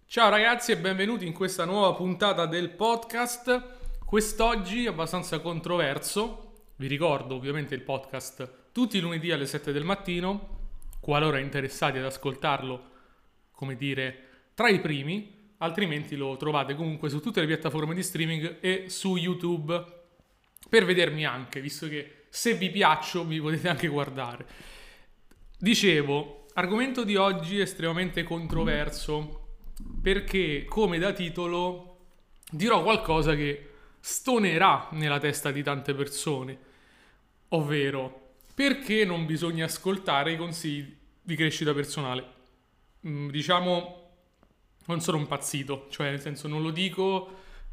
Ciao ragazzi e benvenuti in questa nuova puntata del podcast. Quest'oggi abbastanza controverso. Vi ricordo ovviamente il podcast tutti i lunedì alle 7 del mattino. Qualora interessati ad ascoltarlo, come dire, tra i primi, altrimenti lo trovate comunque su tutte le piattaforme di streaming e su YouTube per vedermi anche, visto che se vi piaccio mi potete anche guardare. Dicevo, argomento di oggi estremamente controverso perché, come da titolo, dirò qualcosa che stonerà nella testa di tante persone, ovvero perché non bisogna ascoltare i consigli di crescita personale. Diciamo, non sono impazzito, cioè nel senso non lo dico,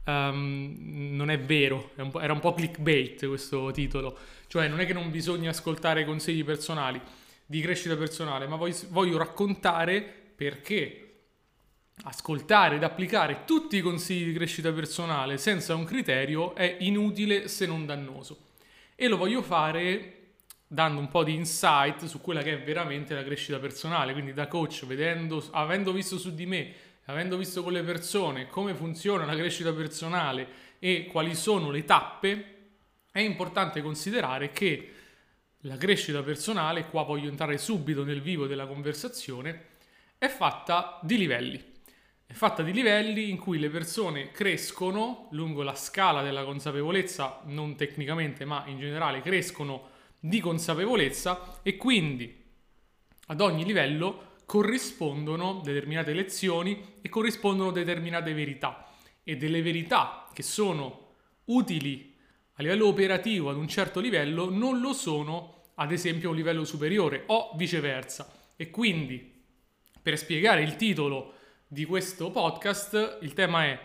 non è vero, era un po' clickbait questo titolo, cioè non è che non bisogna ascoltare i consigli personali di crescita personale, ma voglio raccontare perché ascoltare ed applicare tutti i consigli di crescita personale senza un criterio è inutile se non dannoso. E lo voglio fare dando un po' di insight su quella che è veramente la crescita personale, quindi da coach, avendo visto su di me, avendo visto con le persone come funziona la crescita personale e quali sono le tappe, è importante considerare che la crescita personale, qua voglio entrare subito nel vivo della conversazione, è fatta di livelli. È fatta di livelli in cui le persone crescono lungo la scala della consapevolezza, non tecnicamente ma in generale crescono di consapevolezza e quindi ad ogni livello corrispondono determinate lezioni e corrispondono determinate verità e delle verità che sono utili a livello operativo ad un certo livello non lo sono ad esempio a un livello superiore o viceversa. E quindi per spiegare il titolo di questo podcast, il tema è: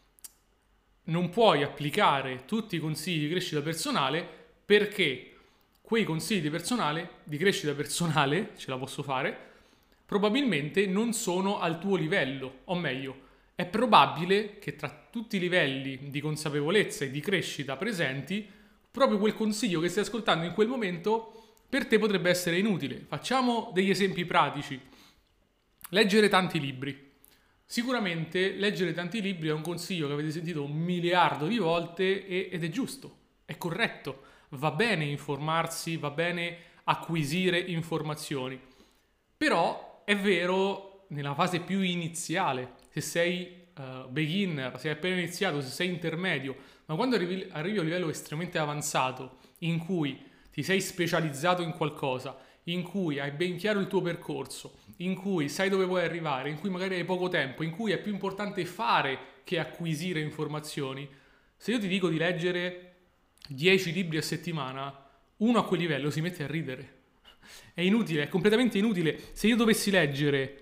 non puoi applicare tutti i consigli di crescita personale perché quei consigli di crescita personale, ce la posso fare, probabilmente non sono al tuo livello, o meglio, è probabile che tra tutti i livelli di consapevolezza e di crescita presenti, proprio quel consiglio che stai ascoltando in quel momento per te potrebbe essere inutile. Facciamo degli esempi pratici. Leggere tanti libri. Sicuramente leggere tanti libri è un consiglio che avete sentito 1 miliardo di volte ed è giusto, è corretto, va bene informarsi, va bene acquisire informazioni. Però è vero nella fase più iniziale, se sei beginner, se hai appena iniziato, se sei intermedio, ma quando arrivi a un livello estremamente avanzato in cui ti sei specializzato in qualcosa, in cui hai ben chiaro il tuo percorso, in cui sai dove vuoi arrivare, in cui magari hai poco tempo, in cui è più importante fare che acquisire informazioni, se io ti dico di leggere 10 libri a settimana, uno a quel livello si mette a ridere. È inutile, è completamente inutile. Se io dovessi leggere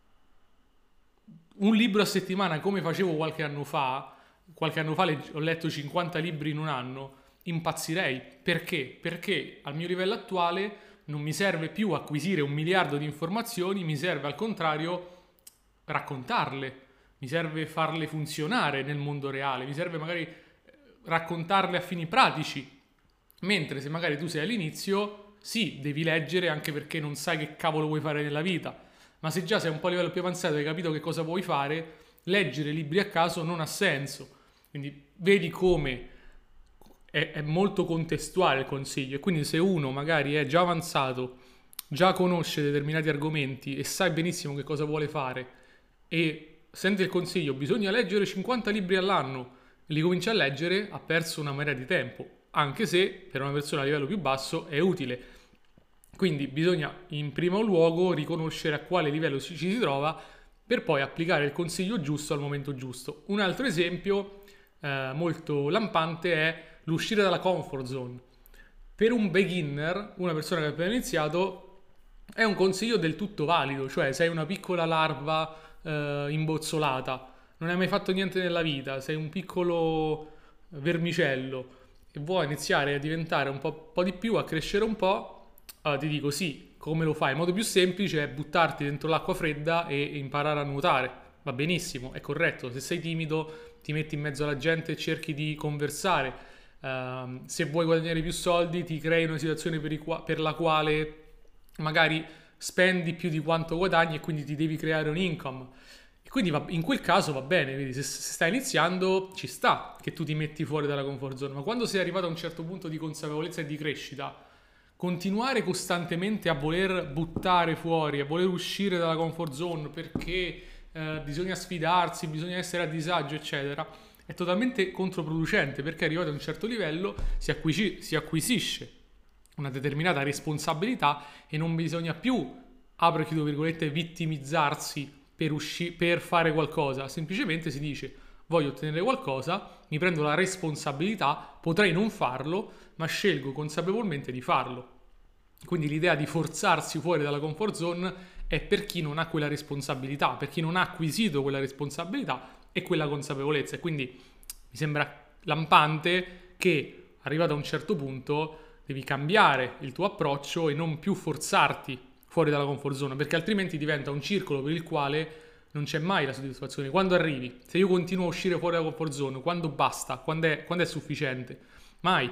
un libro a settimana come facevo qualche anno fa ho letto 50 libri in un anno, impazzirei. Perché? Perché al mio livello attuale non mi serve più acquisire 1 miliardo di informazioni, mi serve al contrario raccontarle, mi serve farle funzionare nel mondo reale, mi serve magari raccontarle a fini pratici. Mentre se magari tu sei all'inizio, sì, devi leggere anche perché non sai che cavolo vuoi fare nella vita, ma se già sei un po' a livello più avanzato e hai capito che cosa vuoi fare, leggere libri a caso non ha senso. Quindi vedi come è molto contestuale il consiglio e quindi se uno magari è già avanzato, già conosce determinati argomenti e sai benissimo che cosa vuole fare e sente il consiglio bisogna leggere 50 libri all'anno e li comincia a leggere, ha perso una marea di tempo, anche se per una persona a livello più basso è utile. Quindi bisogna in primo luogo riconoscere a quale livello ci si trova per poi applicare il consiglio giusto al momento giusto. Un altro esempio molto lampante è l'uscire dalla comfort zone. Per un beginner, una persona che ha appena iniziato, è un consiglio del tutto valido, cioè sei una piccola larva imbozzolata, non hai mai fatto niente nella vita, sei un piccolo vermicello e vuoi iniziare a diventare un po' di più, a crescere un po', allora ti dico sì, come lo fai? Il modo più semplice è buttarti dentro l'acqua fredda e imparare a nuotare. Va benissimo, è corretto. Se sei timido, ti metti in mezzo alla gente e cerchi di conversare. Se vuoi guadagnare più soldi, ti crei una situazione per la quale magari spendi più di quanto guadagni e quindi ti devi creare un income. Quindi in quel caso va bene, vedi, se stai iniziando ci sta che tu ti metti fuori dalla comfort zone, ma quando sei arrivato a un certo punto di consapevolezza e di crescita, continuare costantemente a voler buttare fuori, a voler uscire dalla comfort zone perché bisogna sfidarsi, bisogna essere a disagio, eccetera, è totalmente controproducente, perché arrivato a un certo livello si acquisisce una determinata responsabilità e non bisogna più, apro e chiudo virgolette, vittimizzarsi per fare qualcosa. Semplicemente si dice: voglio ottenere qualcosa, mi prendo la responsabilità, potrei non farlo, ma scelgo consapevolmente di farlo. Quindi l'idea di forzarsi fuori dalla comfort zone è per chi non ha quella responsabilità, per chi non ha acquisito quella responsabilità e quella consapevolezza. E quindi mi sembra lampante che, arrivato a un certo punto, devi cambiare il tuo approccio e non più forzarti fuori dalla comfort zone, perché altrimenti diventa un circolo per il quale non c'è mai la soddisfazione. Quando arrivi, se io continuo a uscire fuori dalla comfort zone, quando basta, quando è sufficiente? Mai.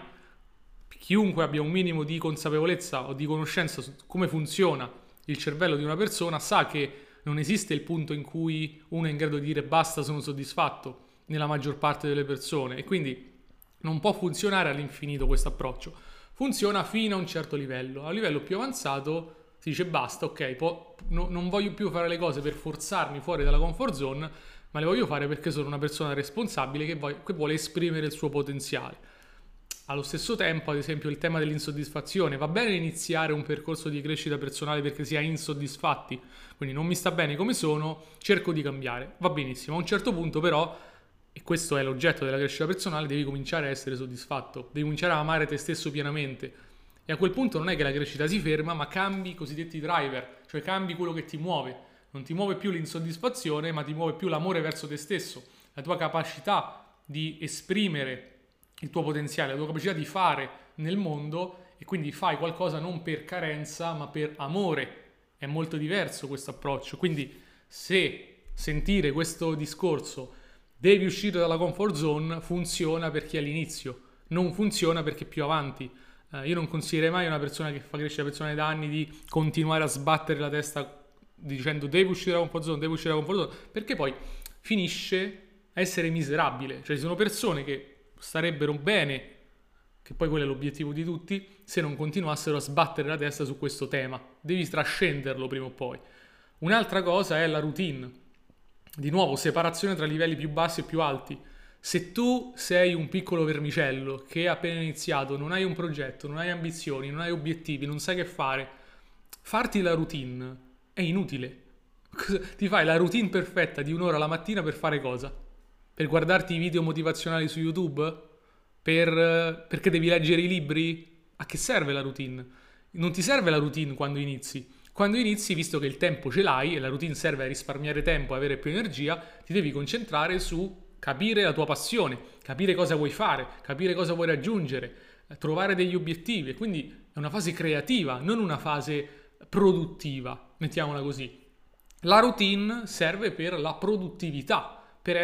Chiunque abbia un minimo di consapevolezza o di conoscenza su come funziona il cervello di una persona sa che non esiste il punto in cui uno è in grado di dire basta, sono soddisfatto, nella maggior parte delle persone, e quindi non può funzionare all'infinito questo approccio. Funziona fino a un certo livello. A un livello più avanzato si dice basta, ok, non voglio più fare le cose per forzarmi fuori dalla comfort zone, ma le voglio fare perché sono una persona responsabile che vuole esprimere il suo potenziale. Allo stesso tempo, ad esempio, il tema dell'insoddisfazione. Va bene iniziare un percorso di crescita personale perché si è insoddisfatti, quindi non mi sta bene come sono, cerco di cambiare. Va benissimo, a un certo punto però, e questo è l'oggetto della crescita personale, devi cominciare a essere soddisfatto, devi cominciare a amare te stesso pienamente. E a quel punto non è che la crescita si ferma, ma cambi i cosiddetti driver, cioè cambi quello che ti muove. Non ti muove più l'insoddisfazione, ma ti muove più l'amore verso te stesso, la tua capacità di esprimere il tuo potenziale, la tua capacità di fare nel mondo, e quindi fai qualcosa non per carenza, ma per amore. È molto diverso questo approccio. Quindi se sentire questo discorso devi uscire dalla comfort zone funziona per chi è all'inizio, non funziona perché più avanti. Io non consiglierei mai a una persona che fa crescere persone da anni di continuare a sbattere la testa dicendo devi uscire dalla comfort zone, devi uscire dalla comfort zone, perché poi finisce a essere miserabile. Cioè ci sono persone che starebbero bene, che poi quello è l'obiettivo di tutti, se non continuassero a sbattere la testa su questo tema. Devi trascenderlo prima o poi. Un'altra cosa è la routine. Di nuovo, separazione tra livelli più bassi e più alti. Se tu sei un piccolo vermicello che ha appena iniziato, non hai un progetto, non hai ambizioni, non hai obiettivi, non sai che fare, farti la routine è inutile. Ti fai la routine perfetta di un'ora la mattina per fare cosa? Per guardarti i video motivazionali su YouTube? Perché devi leggere i libri? A che serve la routine? Non ti serve la routine quando inizi. Quando inizi, visto che il tempo ce l'hai e la routine serve a risparmiare tempo e avere più energia, ti devi concentrare su capire la tua passione, capire cosa vuoi fare, capire cosa vuoi raggiungere, trovare degli obiettivi. E quindi è una fase creativa, non una fase produttiva, mettiamola così. La routine serve per la produttività,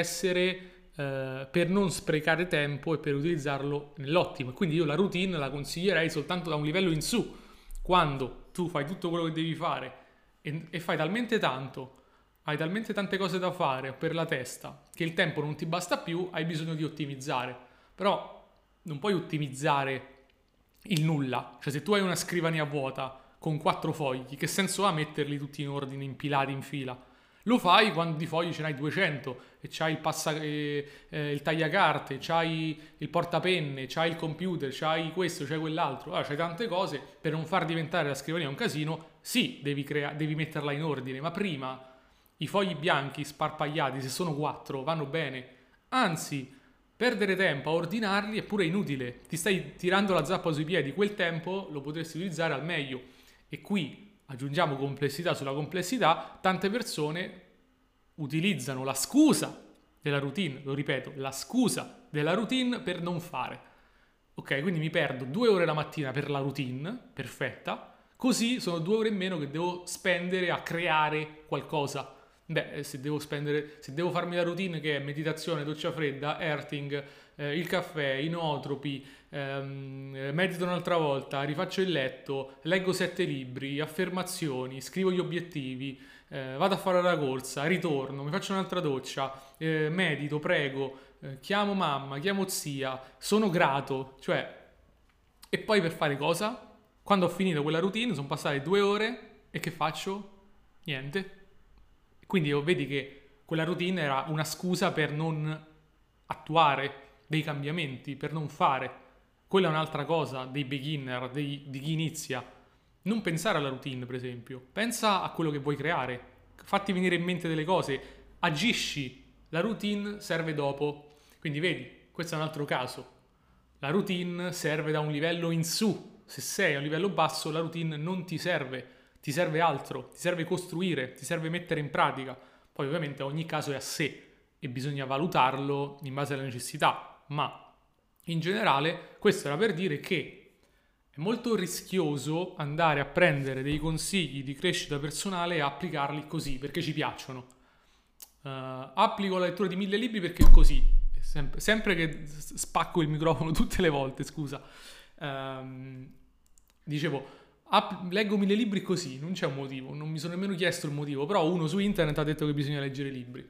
per non sprecare tempo e per utilizzarlo nell'ottimo. Quindi io la routine la consiglierei soltanto da un livello in su, quando tu fai tutto quello che devi fare e fai talmente tanto, hai talmente tante cose da fare per la testa che il tempo non ti basta più, hai bisogno di ottimizzare. Però non puoi ottimizzare il nulla. Cioè se tu hai una scrivania vuota con 4 fogli, che senso ha metterli tutti in ordine, impilati in fila? Lo fai quando di fogli ce n'hai 200 e c'hai il tagliacarte, c'hai il portapenne, c'hai il computer, c'hai questo, c'hai quell'altro. Allora, c'hai tante cose per non far diventare la scrivania un casino. Sì, devi metterla in ordine, ma prima i fogli bianchi sparpagliati, se sono 4, vanno bene. Anzi, perdere tempo a ordinarli è pure inutile. Ti stai tirando la zappa sui piedi, quel tempo lo potresti utilizzare al meglio. E qui aggiungiamo complessità sulla complessità, tante persone utilizzano la scusa della routine, lo ripeto, la scusa della routine per non fare. Ok, quindi mi perdo 2 ore la mattina per la routine, perfetta, così sono 2 ore in meno che devo spendere a creare qualcosa. Beh, se devo farmi la routine che è meditazione, doccia fredda, earthing, il caffè, inotropi, medito un'altra volta, rifaccio il letto, leggo 7 libri, affermazioni, scrivo gli obiettivi, vado a fare la corsa, ritorno, mi faccio un'altra doccia, medito, prego, chiamo mamma, chiamo zia, sono grato, cioè, e poi per fare cosa? Quando ho finito quella routine sono passate 2 ore e che faccio? Niente. Quindi vedi che quella routine era una scusa per non attuare dei cambiamenti, per non fare. Quella è un'altra cosa dei beginner, di chi inizia. Non pensare alla routine, per esempio. Pensa a quello che vuoi creare. Fatti venire in mente delle cose. Agisci. La routine serve dopo. Quindi vedi, questo è un altro caso. La routine serve da un livello in su. Se sei a un livello basso, la routine non ti serve. Ti serve altro. Ti serve costruire. Ti serve mettere in pratica. Poi ovviamente ogni caso è a sé e bisogna valutarlo in base alle necessità. Ma in generale questo era per dire che è molto rischioso andare a prendere dei consigli di crescita personale e applicarli così, perché ci piacciono. Applico la lettura di 1000 libri perché è così. Sempre che spacco il microfono tutte le volte, scusa. Dicevo, leggo 1000 libri così, non c'è un motivo, non mi sono nemmeno chiesto il motivo, però uno su internet ha detto che bisogna leggere libri.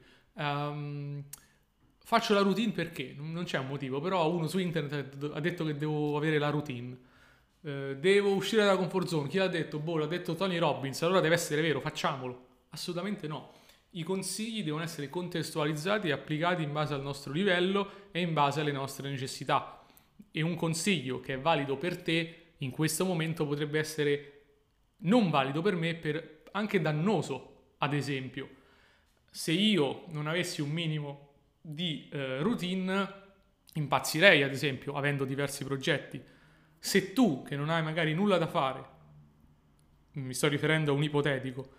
Faccio la routine perché? Non c'è un motivo, però uno su internet ha detto che devo avere la routine. Devo uscire dalla comfort zone. Chi l'ha detto? Boh, l'ha detto Tony Robbins, allora deve essere vero, facciamolo. Assolutamente no. I consigli devono essere contestualizzati e applicati in base al nostro livello e in base alle nostre necessità. E un consiglio che è valido per te in questo momento potrebbe essere non valido per me, anche dannoso, ad esempio. Se io non avessi un minimo di routine, impazzirei, ad esempio, avendo diversi progetti. Se tu, che non hai magari nulla da fare, mi sto riferendo a un ipotetico,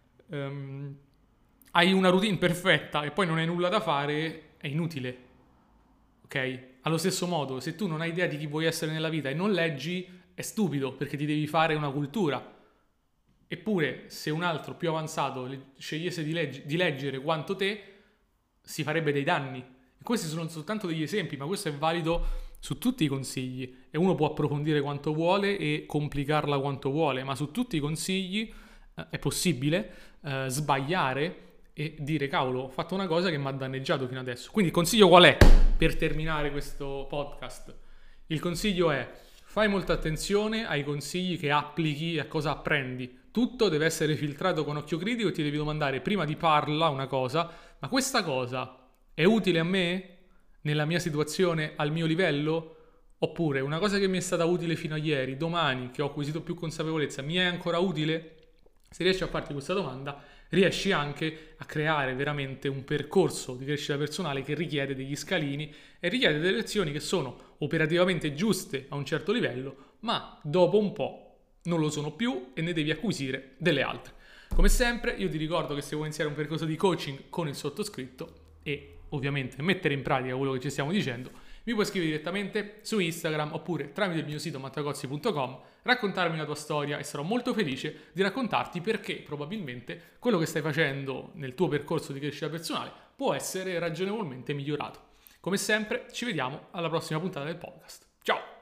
hai una routine perfetta e poi non hai nulla da fare, è inutile. Ok? Allo stesso modo, se tu non hai idea di chi vuoi essere nella vita e non leggi, è stupido perché ti devi fare una cultura. Eppure, se un altro più avanzato scegliesse di leggere quanto te, si farebbe dei danni. E questi sono soltanto degli esempi, ma questo è valido su tutti i consigli. E uno può approfondire quanto vuole e complicarla quanto vuole, ma su tutti i consigli è possibile sbagliare e dire cavolo, ho fatto una cosa che mi ha danneggiato fino adesso. Quindi il consiglio qual è per terminare questo podcast? Il consiglio è: fai molta attenzione ai consigli che applichi e a cosa apprendi. Tutto deve essere filtrato con occhio critico e ti devi domandare prima di farla una cosa: ma questa cosa è utile a me? Nella mia situazione? Al mio livello? Oppure una cosa che mi è stata utile fino a ieri, domani che ho acquisito più consapevolezza, mi è ancora utile? Se riesci a farti questa domanda, riesci anche a creare veramente un percorso di crescita personale che richiede degli scalini e richiede delle lezioni che sono operativamente giuste a un certo livello, ma dopo un po' non lo sono più e ne devi acquisire delle altre. Come sempre, io ti ricordo che se vuoi iniziare un percorso di coaching con il sottoscritto e ovviamente mettere in pratica quello che ci stiamo dicendo, mi puoi scrivere direttamente su Instagram oppure tramite il mio sito mattacozzi.com, raccontarmi la tua storia e sarò molto felice di raccontarti perché probabilmente quello che stai facendo nel tuo percorso di crescita personale può essere ragionevolmente migliorato. Come sempre, ci vediamo alla prossima puntata del podcast. Ciao!